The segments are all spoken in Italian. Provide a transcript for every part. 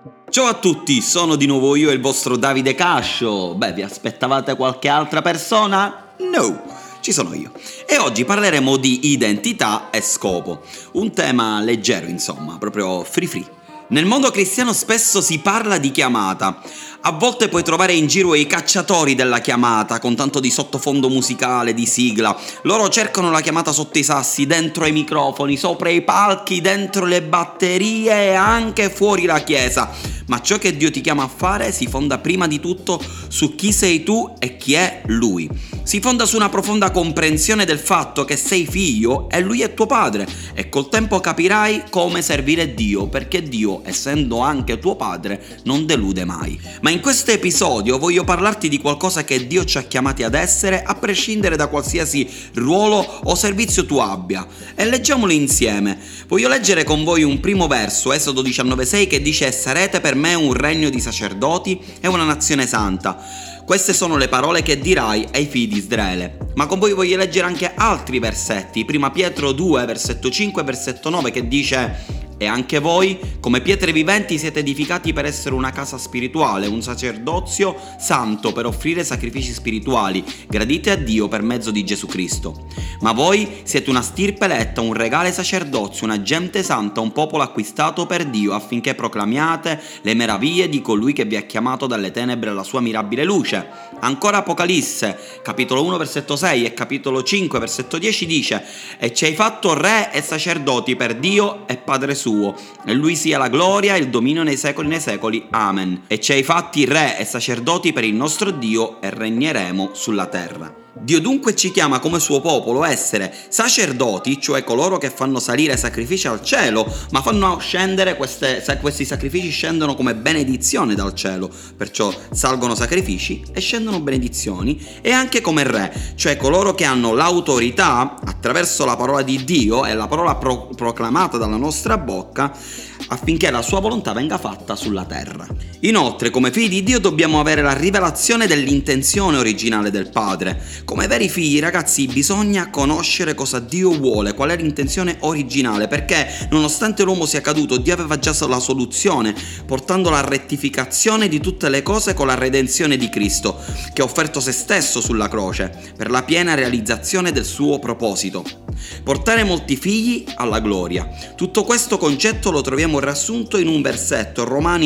Ciao a tutti, sono di nuovo io, il vostro Davide Cascio. Vi aspettavate qualche altra persona? No, ci sono io. E oggi parleremo di identità e scopo. Un tema leggero, insomma, proprio free. Nel mondo cristiano spesso si parla di chiamata. A volte puoi trovare in giro i cacciatori della chiamata, con tanto di sottofondo musicale, di sigla. Loro cercano la chiamata sotto i sassi, dentro ai microfoni, sopra i palchi, dentro le batterie e anche fuori la chiesa. Ma ciò che Dio ti chiama a fare si fonda prima di tutto su chi sei tu e chi è Lui. Si fonda su una profonda comprensione del fatto che sei figlio e Lui è tuo padre, e col tempo capirai come servire Dio, perché Dio, essendo anche tuo padre, non delude mai. Ma in questo episodio voglio parlarti di qualcosa che Dio ci ha chiamati ad essere, a prescindere da qualsiasi ruolo o servizio tu abbia. E leggiamolo insieme. Voglio leggere con voi un primo verso, Esodo 19,6, che dice: sarete per me un regno di sacerdoti e una nazione santa. Queste sono le parole che dirai ai figli di Israele. Ma con voi voglio leggere anche altri versetti. Prima Pietro 2, versetto 5 e versetto 9, che dice: e anche voi, come pietre viventi, siete edificati per essere una casa spirituale, un sacerdozio santo per offrire sacrifici spirituali, graditi a Dio per mezzo di Gesù Cristo. Ma voi siete una stirpe eletta, un regale sacerdozio, una gente santa, un popolo acquistato per Dio, affinché proclamiate le meraviglie di colui che vi ha chiamato dalle tenebre alla sua mirabile luce. Ancora Apocalisse, capitolo 1, versetto 6 e capitolo 5, versetto 10 dice: e ci hai fatto re e sacerdoti per Dio e Padre suo, e Lui sia la gloria e il dominio nei secoli. Amen. E ci hai fatti re e sacerdoti per il nostro Dio e regneremo sulla terra. Dio dunque ci chiama come suo popolo a essere sacerdoti, cioè coloro che fanno salire sacrifici al cielo, ma fanno scendere questi sacrifici scendono come benedizione dal cielo, perciò salgono sacrifici e scendono benedizioni, e anche come re, cioè coloro che hanno l'autorità attraverso la parola di Dio e la parola proclamata dalla nostra bocca, affinché la sua volontà venga fatta sulla terra. Inoltre, come figli di Dio dobbiamo avere la rivelazione dell'intenzione originale del Padre. Come veri figli, ragazzi, bisogna conoscere cosa Dio vuole, qual è l'intenzione originale, perché nonostante l'uomo sia caduto, Dio aveva già la soluzione, portando la rettificazione di tutte le cose con la redenzione di Cristo, che ha offerto se stesso sulla croce, per la piena realizzazione del suo proposito: portare molti figli alla gloria. Tutto questo concetto lo troviamo riassunto in un versetto, Romani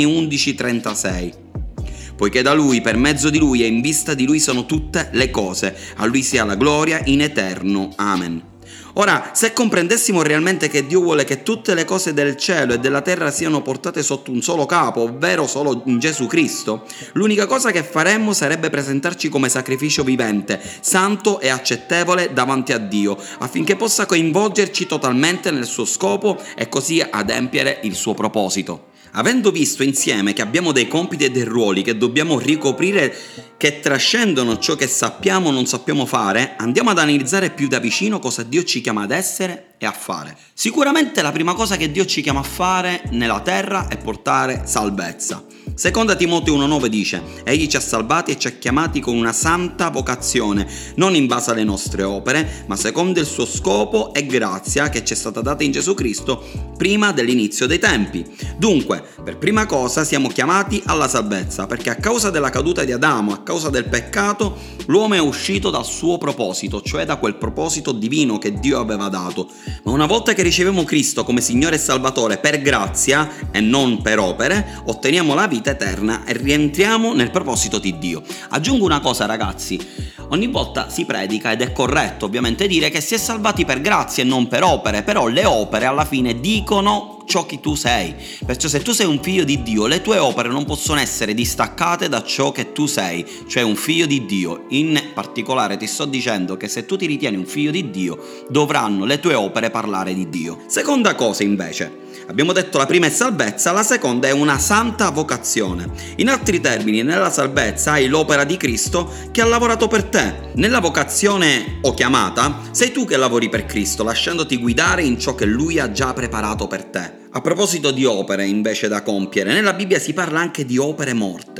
11:36. Poiché da Lui, per mezzo di Lui e in vista di Lui sono tutte le cose, a Lui sia la gloria in eterno. Amen. Ora, se comprendessimo realmente che Dio vuole che tutte le cose del cielo e della terra siano portate sotto un solo capo, ovvero solo in Gesù Cristo, l'unica cosa che faremmo sarebbe presentarci come sacrificio vivente, santo e accettevole davanti a Dio, affinché possa coinvolgerci totalmente nel suo scopo e così adempiere il suo proposito. Avendo visto insieme che abbiamo dei compiti e dei ruoli che dobbiamo ricoprire, che trascendono ciò che sappiamo o non sappiamo fare, andiamo ad analizzare più da vicino cosa Dio ci chiama ad essere e a fare. Sicuramente la prima cosa che Dio ci chiama a fare nella terra è portare salvezza. Seconda Timoteo 1,9 dice: egli ci ha salvati e ci ha chiamati con una santa vocazione, non in base alle nostre opere, ma secondo il suo scopo e grazia che ci è stata data in Gesù Cristo prima dell'inizio dei tempi. Dunque, per prima cosa siamo chiamati alla salvezza, perché a causa della caduta di Adamo, a causa del peccato, l'uomo è uscito dal suo proposito, cioè da quel proposito divino che Dio aveva dato. Ma una volta che riceviamo Cristo come Signore e Salvatore per grazia e non per opere, otteniamo la vita eterna e rientriamo nel proposito di Dio. Aggiungo una cosa, ragazzi: ogni volta si predica, ed è corretto ovviamente dire che si è salvati per grazia e non per opere, però le opere alla fine dicono ciò che tu sei. Perciò se tu sei un figlio di Dio, le tue opere non possono essere distaccate da ciò che tu sei, cioè un figlio di Dio. In particolare ti sto dicendo che se tu ti ritieni un figlio di Dio, dovranno le tue opere parlare di Dio. Seconda cosa invece, abbiamo detto la prima è salvezza, la seconda è una santa vocazione. In altri termini, nella salvezza hai l'opera di Cristo che ha lavorato per te. Nella vocazione o chiamata sei tu che lavori per Cristo, lasciandoti guidare in ciò che Lui ha già preparato per te. A proposito di opere invece da compiere, nella Bibbia si parla anche di opere morte,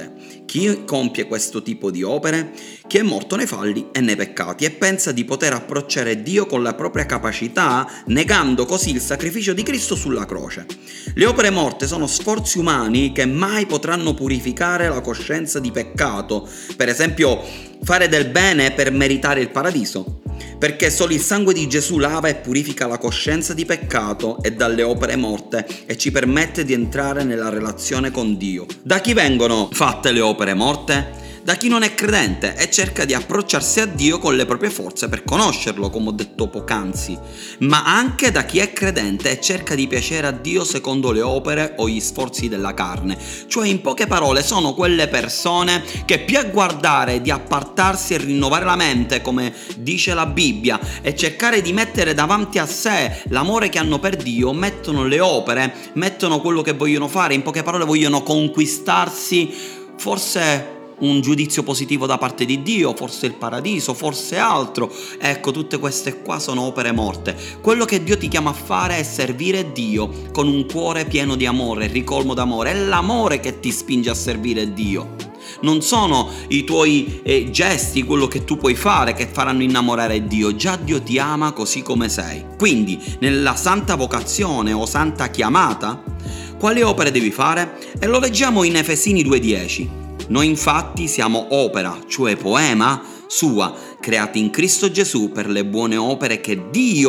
Chi compie questo tipo di opere? Chi è morto nei falli e nei peccati e pensa di poter approcciare Dio con la propria capacità, negando così il sacrificio di Cristo sulla croce. Le opere morte sono sforzi umani che mai potranno purificare la coscienza di peccato, per esempio fare del bene per meritare il paradiso, perché solo il sangue di Gesù lava e purifica la coscienza di peccato e dalle opere morte e ci permette di entrare nella relazione con Dio. Da chi vengono fatte le opere morte? Da chi non è credente e cerca di approcciarsi a Dio con le proprie forze per conoscerlo, come ho detto poc'anzi, ma anche da chi è credente e cerca di piacere a Dio secondo le opere o gli sforzi della carne. Cioè, in poche parole, sono quelle persone che più a guardare di appartarsi e rinnovare la mente, come dice la Bibbia, e cercare di mettere davanti a sé l'amore che hanno per Dio, mettono le opere, mettono quello che vogliono fare, in poche parole vogliono conquistarsi forse un giudizio positivo da parte di Dio, forse il paradiso, forse altro. Ecco, tutte queste qua sono opere morte. Quello che Dio ti chiama a fare è servire Dio con un cuore pieno di amore, ricolmo d'amore. È l'amore che ti spinge a servire Dio. Non sono i tuoi gesti, quello che tu puoi fare, che faranno innamorare Dio. Già Dio ti ama così come sei. Quindi, nella santa vocazione o santa chiamata, quali opere devi fare? E lo leggiamo in Efesini 2,10. Noi infatti siamo opera, cioè poema sua, creati in Cristo Gesù per le buone opere che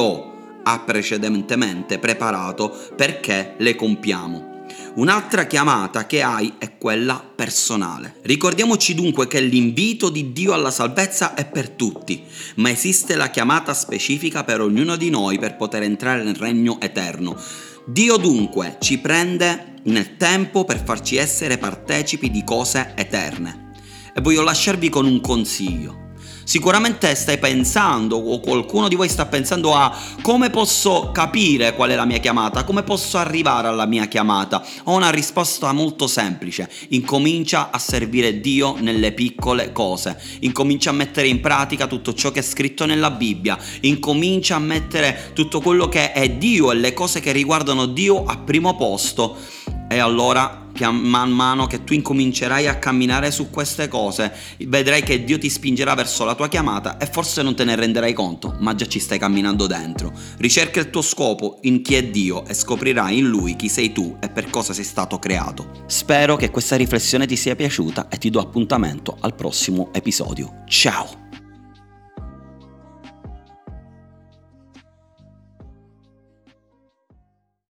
Dio ha precedentemente preparato perché le compiamo. Un'altra chiamata che hai è quella personale. Ricordiamoci dunque che l'invito di Dio alla salvezza è per tutti, ma esiste la chiamata specifica per ognuno di noi per poter entrare nel regno eterno. Dio dunque ci prende nel tempo per farci essere partecipi di cose eterne. E voglio lasciarvi con un consiglio. Sicuramente stai pensando, o qualcuno di voi sta pensando a come posso capire qual è la mia chiamata, come posso arrivare alla mia chiamata. Ho una risposta molto semplice: incomincia a servire Dio nelle piccole cose, incomincia a mettere in pratica tutto ciò che è scritto nella Bibbia, incomincia a mettere tutto quello che è Dio e le cose che riguardano Dio a primo posto. E allora, man mano che tu incomincerai a camminare su queste cose, vedrai che Dio ti spingerà verso la tua chiamata e forse non te ne renderai conto, ma già ci stai camminando dentro. Ricerca il tuo scopo in chi è Dio e scoprirai in Lui chi sei tu e per cosa sei stato creato. Spero che questa riflessione ti sia piaciuta e ti do appuntamento al prossimo episodio. Ciao!